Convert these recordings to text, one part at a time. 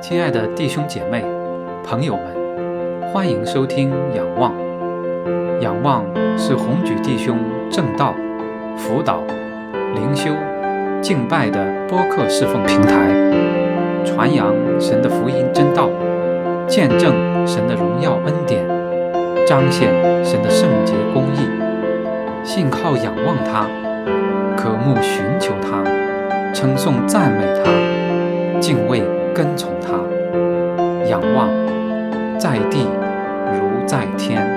亲爱的弟兄姐妹、朋友们，欢迎收听仰望。仰望是宏举弟兄正道、辅导、灵修、敬拜的播客侍奉平台，传扬神的福音真道，见证神的荣耀恩典，彰显神的圣洁公义。信靠仰望他，渴慕寻求他，称颂赞美他，敬畏跟从他，仰望在地如在天。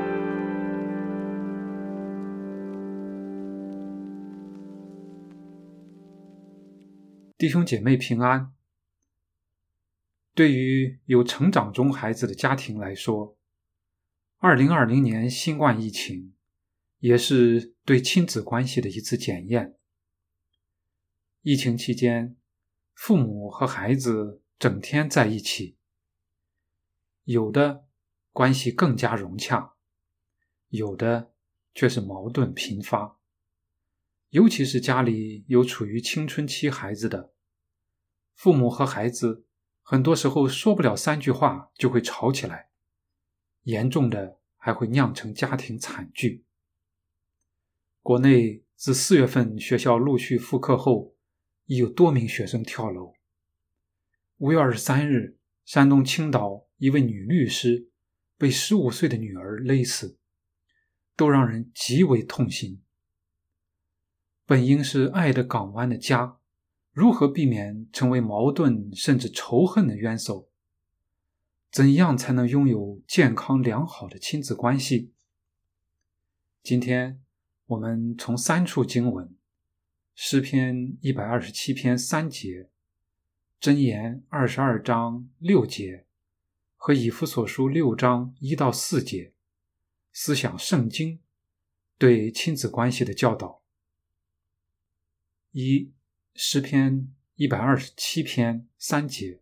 弟兄姐妹平安。对于有成长中孩子的家庭来说，2020年新冠疫情也是对亲子关系的一次检验。疫情期间，父母和孩子整天在一起，有的关系更加融洽，有的却是矛盾频发。尤其是家里有处于青春期孩子的，父母和孩子很多时候说不了3句话就会吵起来，严重的还会酿成家庭惨剧。国内自4月份学校陆续复课后，已有多名学生跳楼。5月23日，山东青岛一位女律师被15岁的女儿勒死，都让人极为痛心。本应是爱的港湾的家，如何避免成为矛盾甚至仇恨的冤首？怎样才能拥有健康良好的亲子关系？今天我们从3处经文，诗篇127篇3节，箴言22章6节和以弗所书6章1到4节，思想圣经对亲子关系的教导。诗篇127篇3节，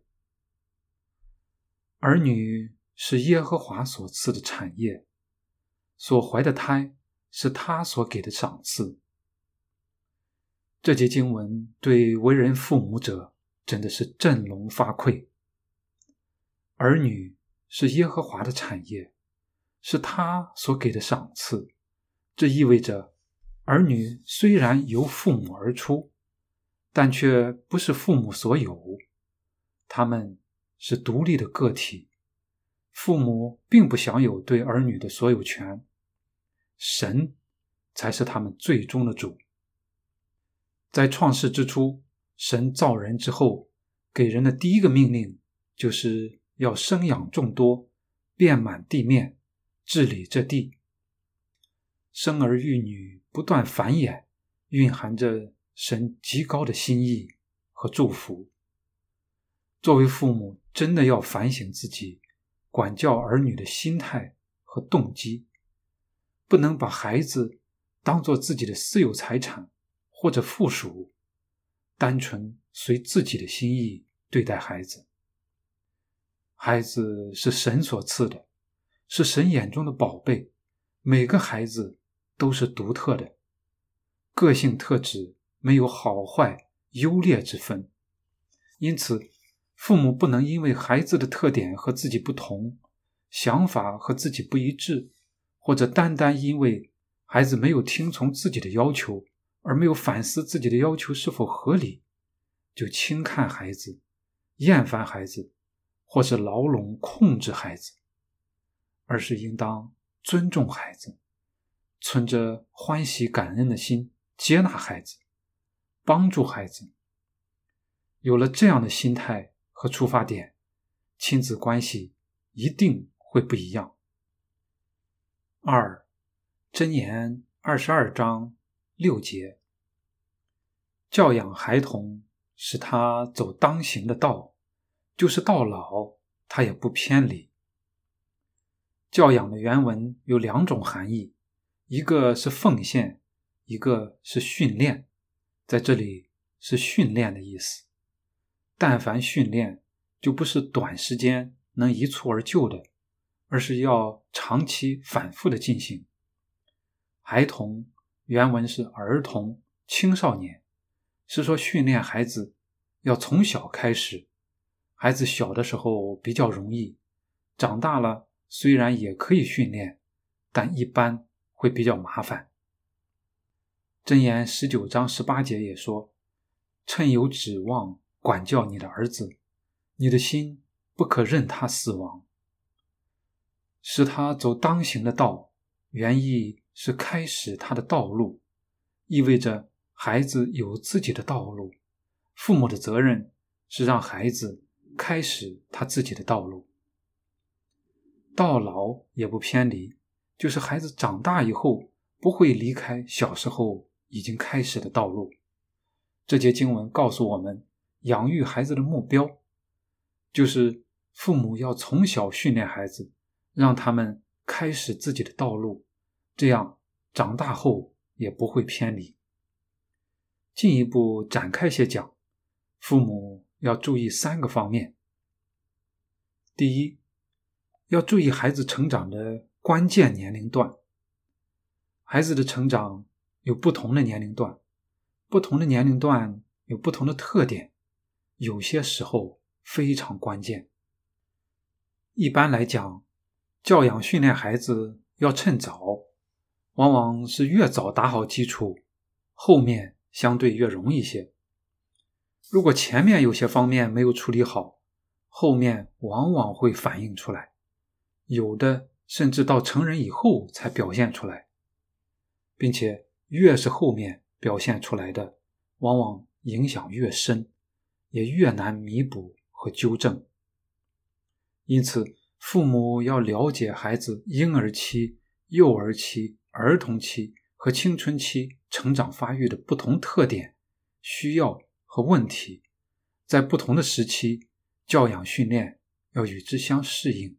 儿女是耶和华所赐的产业，所怀的胎是他所给的赏赐。这节经文对为人父母者真的是振聋发聩。儿女是耶和华的产业，是他所给的赏赐。这意味着儿女虽然由父母而出，但却不是父母所有，他们是独立的个体，父母并不享有对儿女的所有权，神才是他们最终的主。在创世之初，神造人之后，给人的第一个命令就是要生养众多，遍满地面，治理这地。生儿育女，不断繁衍，蕴含着神极高的心意和祝福。作为父母，真的要反省自己管教儿女的心态和动机，不能把孩子当作自己的私有财产或者附属，单纯随自己的心意对待孩子。孩子是神所赐的，是神眼中的宝贝，每个孩子都是独特的，个性特质没有好坏优劣之分。因此，父母不能因为孩子的特点和自己不同，想法和自己不一致，或者单单因为孩子没有听从自己的要求，而没有反思自己的要求是否合理，就轻看孩子，厌烦孩子，或是牢笼控制孩子，而是应当尊重孩子，存着欢喜感恩的心接纳孩子，帮助孩子。有了这样的心态和出发点，亲子关系一定会不一样。箴言22章6节，教养孩童，使他走当行的道，就是到老他也不偏离。教养的原文有2种含义，一个是奉献，一个是训练，在这里是训练的意思。但凡训练，就不是短时间能一蹴而就的，而是要长期反复的进行。孩童原文是儿童、青少年，是说训练孩子要从小开始， 孩子小的时候比较容易，长大了虽然也可以训练，但一般会比较麻烦。箴言19章18节也说，趁有指望管教你的儿子，你的心不可任他死亡。使他走当行的道，原意是开始他的道路，意味着孩子有自己的道路，父母的责任是让孩子开始他自己的道路。到老也不偏离，就是孩子长大以后不会离开小时候已经开始的道路。这节经文告诉我们，养育孩子的目标就是父母要从小训练孩子，让他们开始自己的道路，这样长大后也不会偏离。进一步展开些讲，父母要注意3个方面。第一，要注意孩子成长的关键年龄段。孩子的成长有不同的年龄段，不同的年龄段有不同的特点，有些时候非常关键。一般来讲，教养训练孩子要趁早，往往是越早打好基础，后面相对越容易些。如果前面有些方面没有处理好，后面往往会反映出来，有的甚至到成人以后才表现出来，并且越是后面表现出来的，往往影响越深，也越难弥补和纠正。因此，父母要了解孩子婴儿期、幼儿期、儿童期和青春期成长发育的不同特点、需要和问题，在不同的时期，教养训练要与之相适应。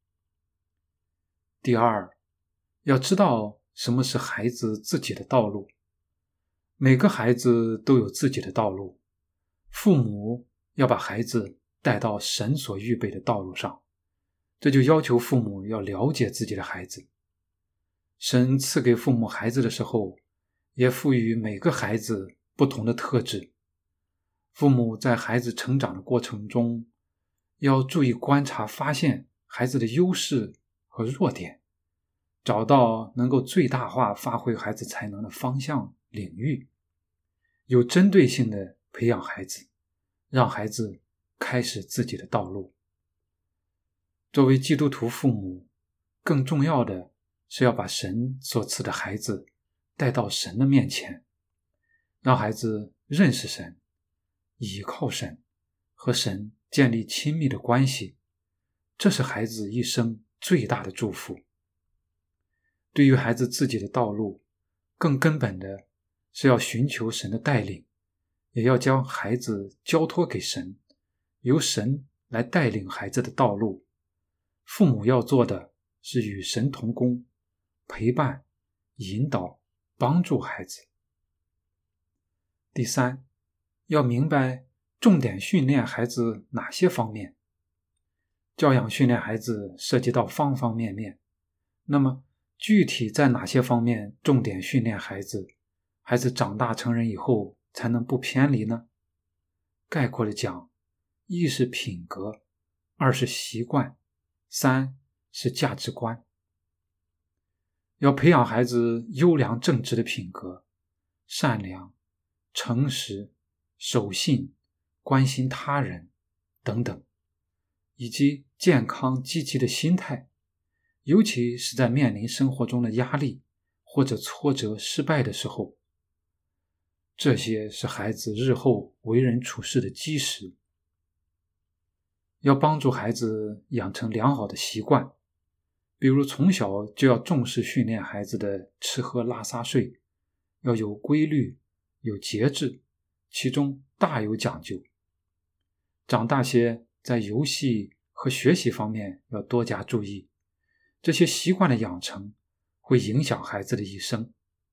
第二，要知道什么是孩子自己的道路。每个孩子都有自己的道路，父母要把孩子带到神所预备的道路上，这就要求父母要了解自己的孩子。神赐给父母孩子的时候，也赋予每个孩子不同的特质。父母在孩子成长的过程中，要注意观察发现孩子的优势和弱点，找到能够最大化发挥孩子才能的方向领域，有针对性的培养孩子，让孩子开始自己的道路。作为基督徒父母，更重要的是要把神所赐的孩子带到神的面前，让孩子认识神，倚靠神，和神建立亲密的关系，这是孩子一生最大的祝福。对于孩子自己的道路，更根本的是要寻求神的带领，也要将孩子交托给神，由神来带领孩子的道路。父母要做的是与神同工，陪伴、引导、帮助孩子。第三，要明白重点训练孩子哪些方面。教养训练孩子涉及到方方面面，那么具体在哪些方面重点训练孩子，孩子长大成人以后才能不偏离呢？概括的讲，一是品格，二是习惯，三是价值观。要培养孩子优良正直的品格，善良、诚实、守信、关心他人等等，以及健康积极的心态，尤其是在面临生活中的压力或者挫折失败的时候，这些是孩子日后为人处事的基石。要帮助孩子养成良好的习惯，比如从小就要重视训练孩子的吃喝拉撒睡，要有规律、有节制，其中大有讲究。长大些，在游戏和学习方面要多加注意，这些习惯的养成会影响孩子的一生。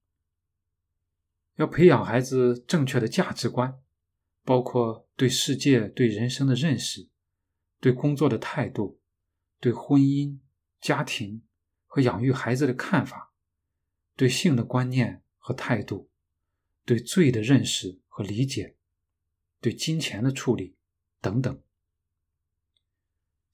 要培养孩子正确的价值观，包括对世界、对人生的认识，对工作的态度，对婚姻、家庭和养育孩子的看法，对性的观念和态度，对罪的认识和理解，对金钱的处理等等。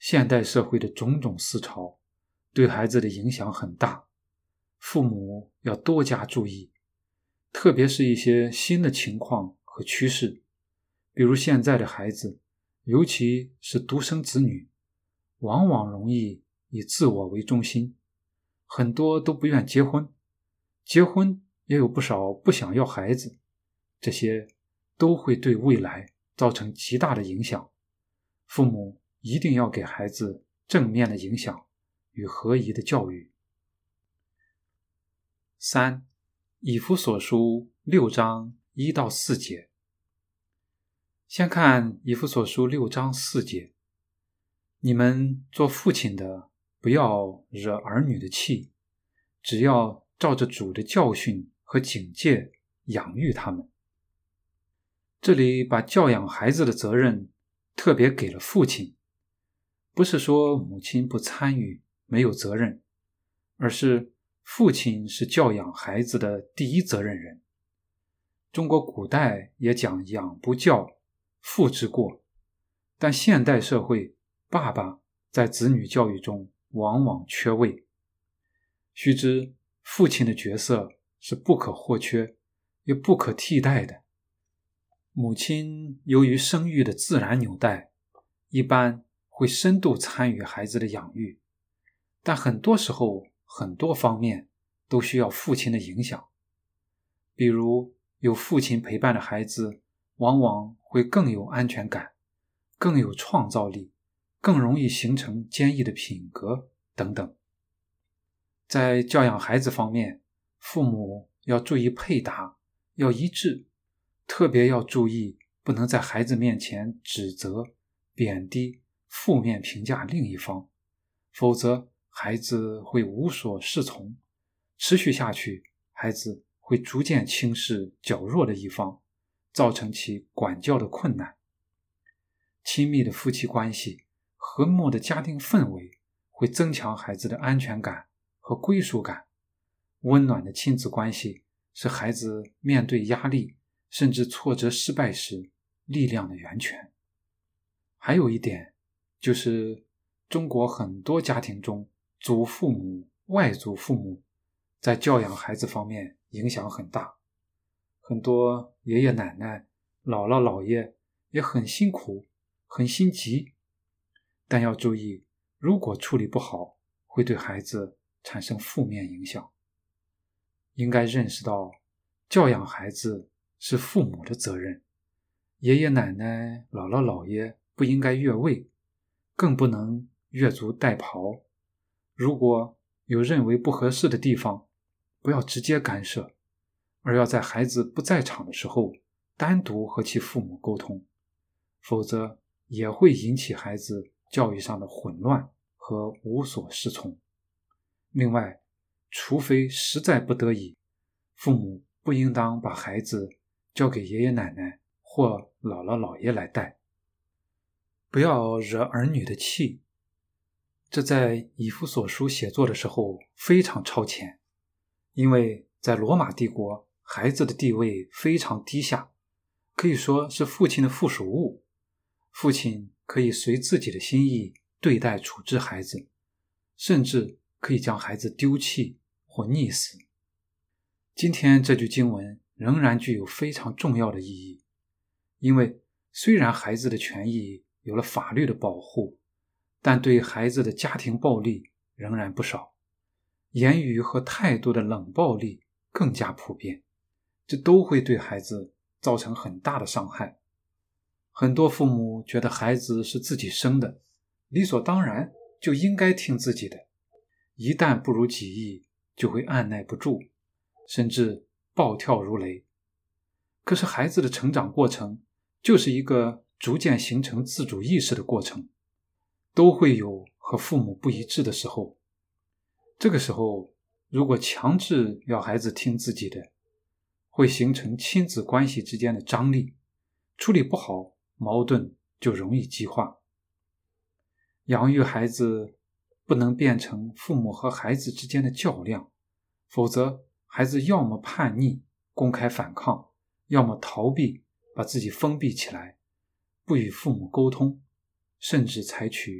现代社会的种种思潮对孩子的影响很大，父母要多加注意，特别是一些新的情况和趋势，比如现在的孩子，尤其是独生子女，往往容易以自我为中心，很多都不愿结婚，结婚也有不少不想要孩子，这些都会对未来造成极大的影响。父母一定要给孩子正面的影响与合宜的教育。3. 以弗所书6章1到4节。先看以弗所书6章4节，你们做父亲的不要惹儿女的气，只要照着主的教训和警戒养育他们。这里把教养孩子的责任特别给了父亲，不是说母亲不参与没有责任，而是父亲是教养孩子的第一责任人。中国古代也讲养不教，父之过，但现代社会爸爸在子女教育中往往缺位。须知父亲的角色是不可或缺也不可替代的。母亲由于生育的自然纽带，一般会深度参与孩子的养育，但很多时候很多方面都需要父亲的影响。比如有父亲陪伴的孩子往往会更有安全感，更有创造力，更容易形成坚毅的品格等等。在教养孩子方面，父母要注意配搭，要一致，特别要注意不能在孩子面前指责、贬低、负面评价另一方，否则孩子会无所适从，持续下去，孩子会逐渐轻视较弱的一方，造成其管教的困难。亲密的夫妻关系、和睦的家庭氛围会增强孩子的安全感和归属感。温暖的亲子关系是孩子面对压力甚至挫折失败时力量的源泉。还有一点就是中国很多家庭中，祖父母、外祖父母在教养孩子方面影响很大，很多爷爷奶奶、姥姥姥爷也很辛苦，很心急，但要注意，如果处理不好，会对孩子产生负面影响。应该认识到，教养孩子是父母的责任，爷爷奶奶、姥姥姥爷不应该越位，更不能越俎代庖。如果有认为不合适的地方，不要直接干涉，而要在孩子不在场的时候单独和其父母沟通，否则也会引起孩子教育上的混乱和无所适从。另外，除非实在不得已，父母不应当把孩子交给爷爷奶奶或姥姥姥爷来带。不要惹儿女的气，这在以弗所书写作的时候非常超前，因为在罗马帝国，孩子的地位非常低下，可以说是父亲的附属物。父亲可以随自己的心意对待处置孩子，甚至可以将孩子丢弃或溺死。今天这句经文仍然具有非常重要的意义，因为虽然孩子的权益有了法律的保护，但对孩子的家庭暴力仍然不少，言语和态度的冷暴力更加普遍，这都会对孩子造成很大的伤害。很多父母觉得孩子是自己生的，理所当然就应该听自己的，一旦不如己意，就会按耐不住，甚至暴跳如雷。可是孩子的成长过程就是一个逐渐形成自主意识的过程，都会有和父母不一致的时候。这个时候，如果强制要孩子听自己的，会形成亲子关系之间的张力，处理不好，矛盾就容易激化。养育孩子不能变成父母和孩子之间的较量，否则孩子要么叛逆，公开反抗，要么逃避，把自己封闭起来，不与父母沟通，甚至采取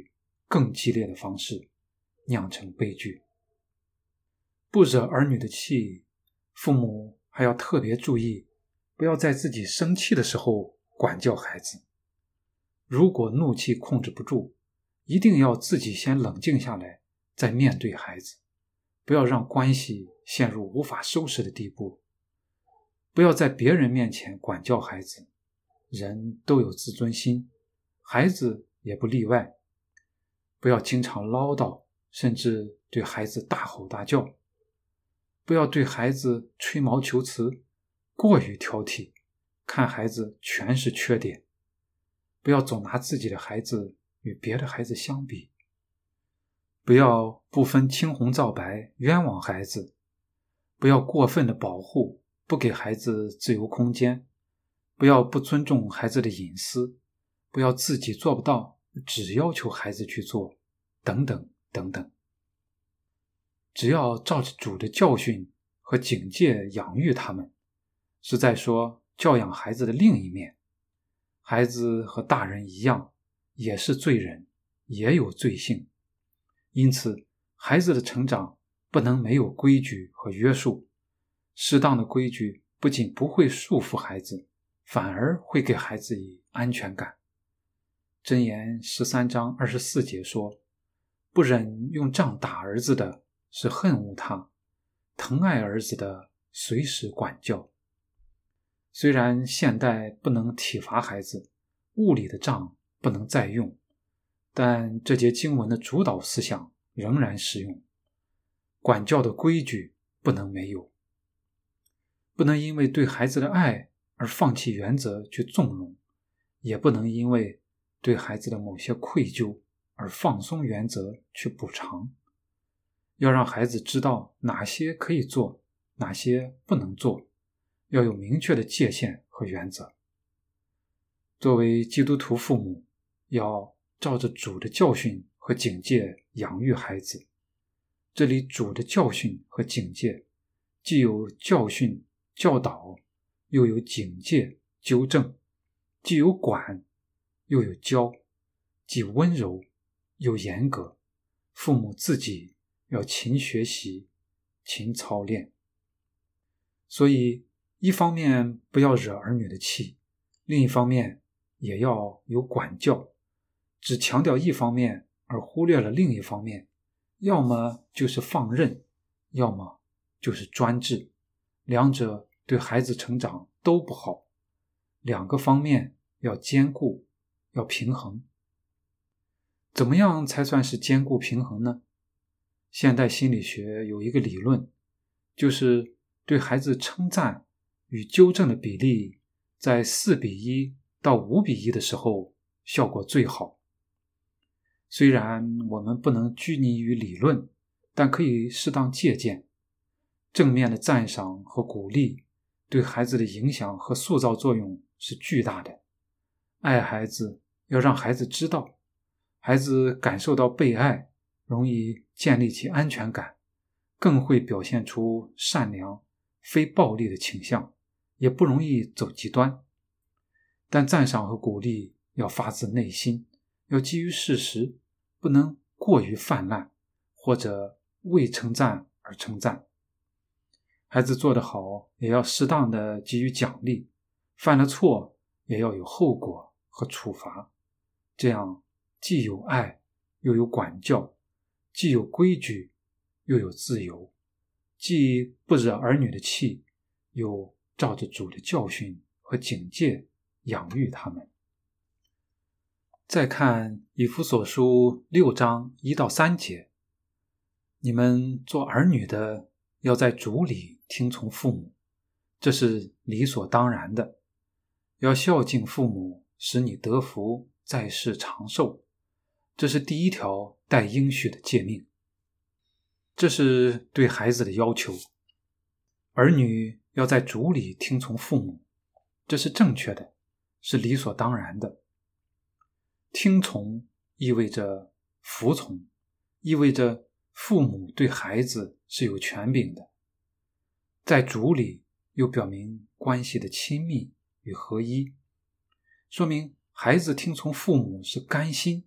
更激烈的方式，酿成悲剧。不惹儿女的气，父母还要特别注意，不要在自己生气的时候管教孩子。如果怒气控制不住，一定要自己先冷静下来，再面对孩子，不要让关系陷入无法收拾的地步。不要在别人面前管教孩子，人都有自尊心，孩子也不例外。不要经常唠叨，甚至对孩子大吼大叫。不要对孩子吹毛求疵，过于挑剔，看孩子全是缺点。不要总拿自己的孩子与别的孩子相比。不要不分青红皂白冤枉孩子。不要过分的保护，不给孩子自由空间。不要不尊重孩子的隐私。不要自己做不到，只要求孩子去做，等等等等。只要照着主的教训和警戒养育他们，是在说教养孩子的另一面。孩子和大人一样，也是罪人，也有罪性。因此，孩子的成长不能没有规矩和约束。适当的规矩不仅不会束缚孩子，反而会给孩子以安全感。箴言13章24节说，不忍用杖打儿子的是恨恶他，疼爱儿子的随时管教。虽然现代不能体罚孩子，物理的杖不能再用，但这节经文的主导思想仍然适用。管教的规矩不能没有，不能因为对孩子的爱而放弃原则去纵容，也不能因为对孩子的某些愧疚而放松原则去补偿。要让孩子知道哪些可以做，哪些不能做，要有明确的界限和原则。作为基督徒父母，要照着主的教训和警戒养育孩子。这里主的教训和警戒，既有教训教导，又有警戒纠正，既有管又有教，既温柔又严格。父母自己要勤学习，勤操练。所以一方面不要惹儿女的气，另一方面也要有管教。只强调一方面而忽略了另一方面，要么就是放任，要么就是专制，两者对孩子成长都不好。两个方面要兼顾，要平衡。怎么样才算是兼顾平衡呢？现代心理学有一个理论，就是对孩子称赞与纠正的比例在4:1到5:1的时候效果最好。虽然我们不能拘泥于理论，但可以适当借鉴。正面的赞赏和鼓励对孩子的影响和塑造作用是巨大的。爱孩子要让孩子知道，孩子感受到被爱，容易建立起安全感，更会表现出善良、非暴力的倾向，也不容易走极端。但赞赏和鼓励要发自内心，要基于事实，不能过于泛滥，或者为称赞而称赞。孩子做得好，也要适当的给予奖励，犯了错也要有后果和处罚。这样既有爱，又有管教，既有规矩，又有自由，既不惹儿女的气，又照着主的教训和警戒养育他们。再看以弗所书6章1到3节，你们做儿女的要在主里听从父母，这是理所当然的。要孝敬父母，使你得福，在世长寿，这是第一条带应许的诫命。这是对孩子的要求。儿女要在主里听从父母，这是正确的，是理所当然的。听从意味着服从，意味着父母对孩子是有权柄的。在主里又表明关系的亲密与合一，说明孩子听从父母是甘心，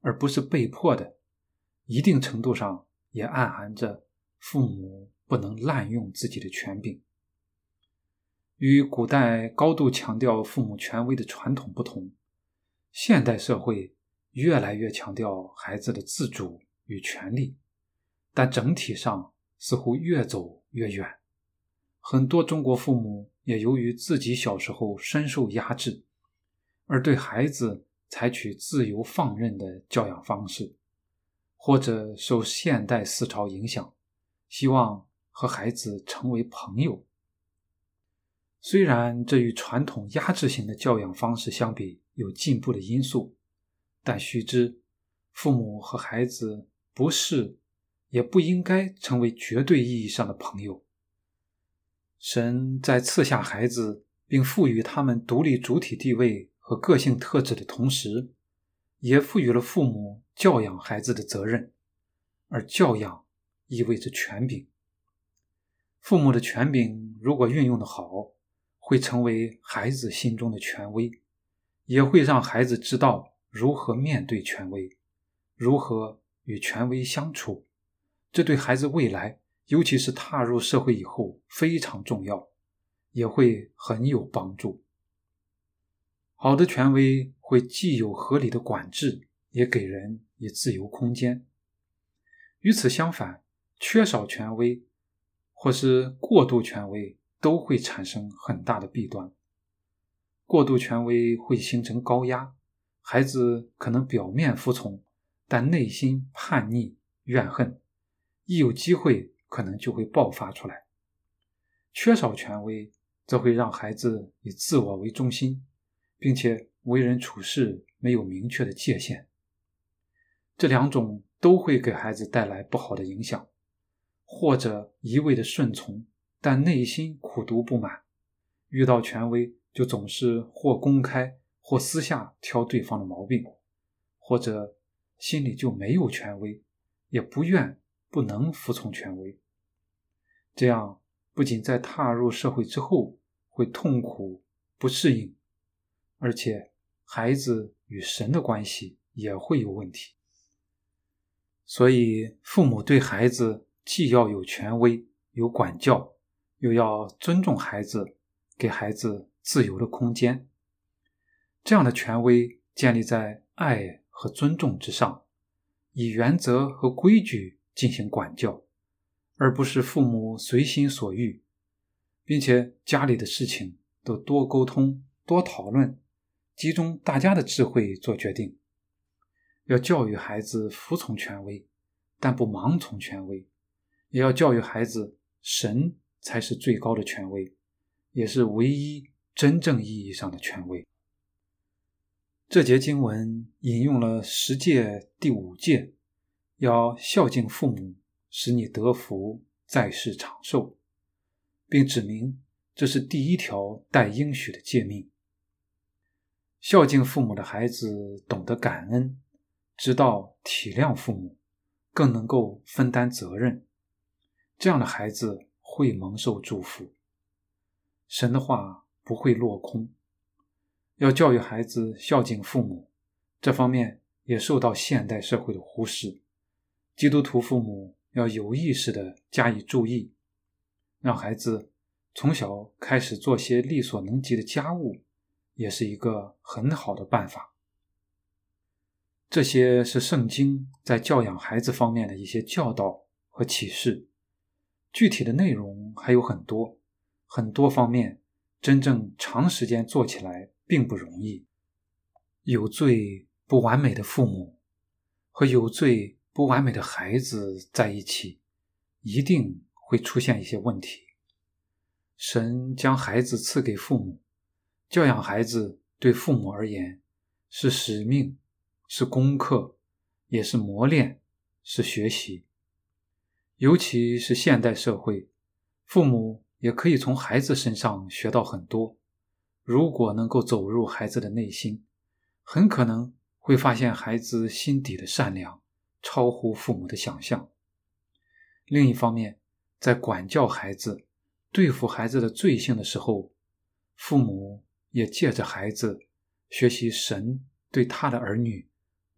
而不是被迫的，一定程度上也暗含着父母不能滥用自己的权柄。与古代高度强调父母权威的传统不同，现代社会越来越强调孩子的自主与权利，但整体上似乎越走越远。很多中国父母也由于自己小时候深受压制，而对孩子采取自由放任的教养方式，或者受现代思潮影响，希望和孩子成为朋友。虽然这与传统压制型的教养方式相比有进步的因素，但须知，父母和孩子不是，也不应该成为绝对意义上的朋友。神在赐下孩子并赋予他们独立主体地位和个性特质的同时，也赋予了父母教养孩子的责任，而教养意味着权柄。父母的权柄如果运用得好，会成为孩子心中的权威，也会让孩子知道如何面对权威，如何与权威相处。这对孩子未来，尤其是踏入社会以后非常重要，也会很有帮助。好的权威会既有合理的管制，也给人以自由空间。与此相反，缺少权威或是过度权威都会产生很大的弊端。过度权威会形成高压，孩子可能表面服从，但内心叛逆、怨恨，一有机会可能就会爆发出来。缺少权威则会让孩子以自我为中心，并且为人处事没有明确的界限。这两种都会给孩子带来不好的影响，或者一味的顺从，但内心苦毒不满，遇到权威就总是或公开或私下挑对方的毛病，或者心里就没有权威，也不愿不能服从权威。这样不仅在踏入社会之后会痛苦不适应，而且孩子与神的关系也会有问题。所以父母对孩子既要有权威、有管教，又要尊重孩子，给孩子自由的空间。这样的权威建立在爱和尊重之上，以原则和规矩进行管教，而不是父母随心所欲，并且家里的事情都多沟通、多讨论，集中大家的智慧做决定。要教育孩子服从权威，但不盲从权威，也要教育孩子神才是最高的权威，也是唯一真正意义上的权威。这节经文引用了十诫第5诫，要孝敬父母，使你得福，在世长寿，并指明这是第一条带应许的诫命。孝敬父母的孩子懂得感恩，知道体谅父母，更能够分担责任，这样的孩子会蒙受祝福。神的话不会落空。要教育孩子孝敬父母，这方面也受到现代社会的忽视。基督徒父母要有意识地加以注意，让孩子从小开始做些力所能及的家务，也是一个很好的办法。这些是圣经在教养孩子方面的一些教导和启示，具体的内容还有很多，很多方面真正长时间做起来并不容易。有罪不完美的父母和有罪不完美的孩子在一起，一定会出现一些问题。神将孩子赐给父母，教养孩子对父母而言是使命，是功课，也是磨练，是学习。尤其是现代社会，父母也可以从孩子身上学到很多。如果能够走入孩子的内心，很可能会发现孩子心底的善良超乎父母的想象。另一方面，在管教孩子、对付孩子的罪性的时候，父母也借着孩子学习神对他的儿女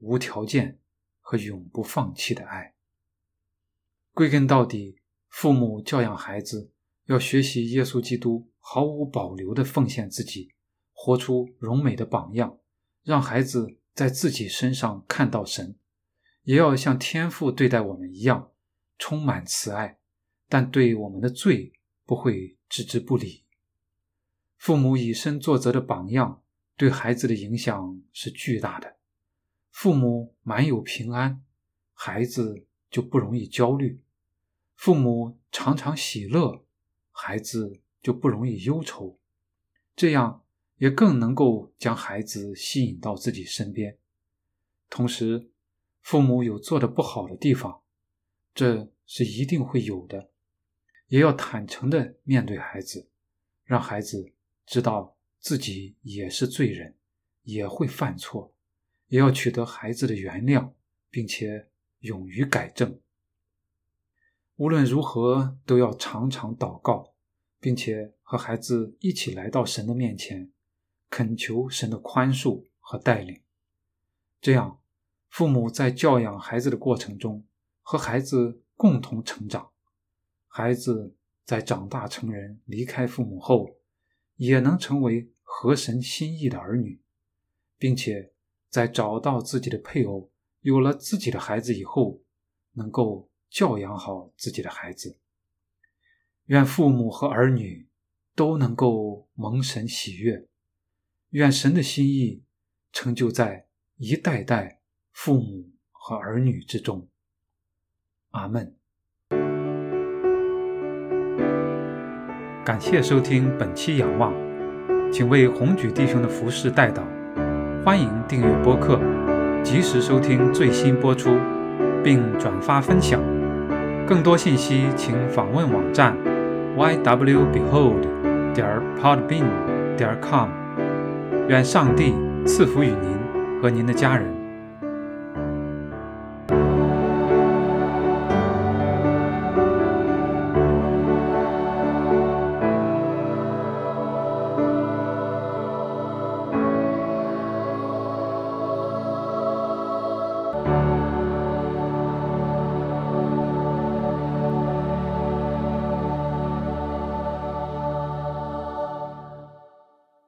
无条件和永不放弃的爱。归根到底，父母教养孩子要学习耶稣基督毫无保留地奉献自己，活出荣美的榜样，让孩子在自己身上看到神，也要像天父对待我们一样，充满慈爱，但对我们的罪不会置之不理。父母以身作则的榜样对孩子的影响是巨大的。父母满有平安，孩子就不容易焦虑；父母常常喜乐，孩子就不容易忧愁。这样也更能够将孩子吸引到自己身边。同时，父母有做得不好的地方，这是一定会有的，也要坦诚地面对孩子，让孩子知道自己也是罪人，也会犯错，也要取得孩子的原谅，并且勇于改正。无论如何，都要常常祷告，并且和孩子一起来到神的面前，恳求神的宽恕和带领。这样，父母在教养孩子的过程中，和孩子共同成长。孩子在长大成人离开父母后，也能成为合神心意的儿女，并且在找到自己的配偶，有了自己的孩子以后，能够教养好自己的孩子。愿父母和儿女都能够蒙神喜悦，愿神的心意成就在一代代父母和儿女之中。阿们。感谢收听本期仰望，请为红举弟兄的服事代祷。欢迎订阅播客，及时收听最新播出，并转发分享。更多信息请访问网站 ywbehold.podbean.com。愿上帝赐福于您和您的家人。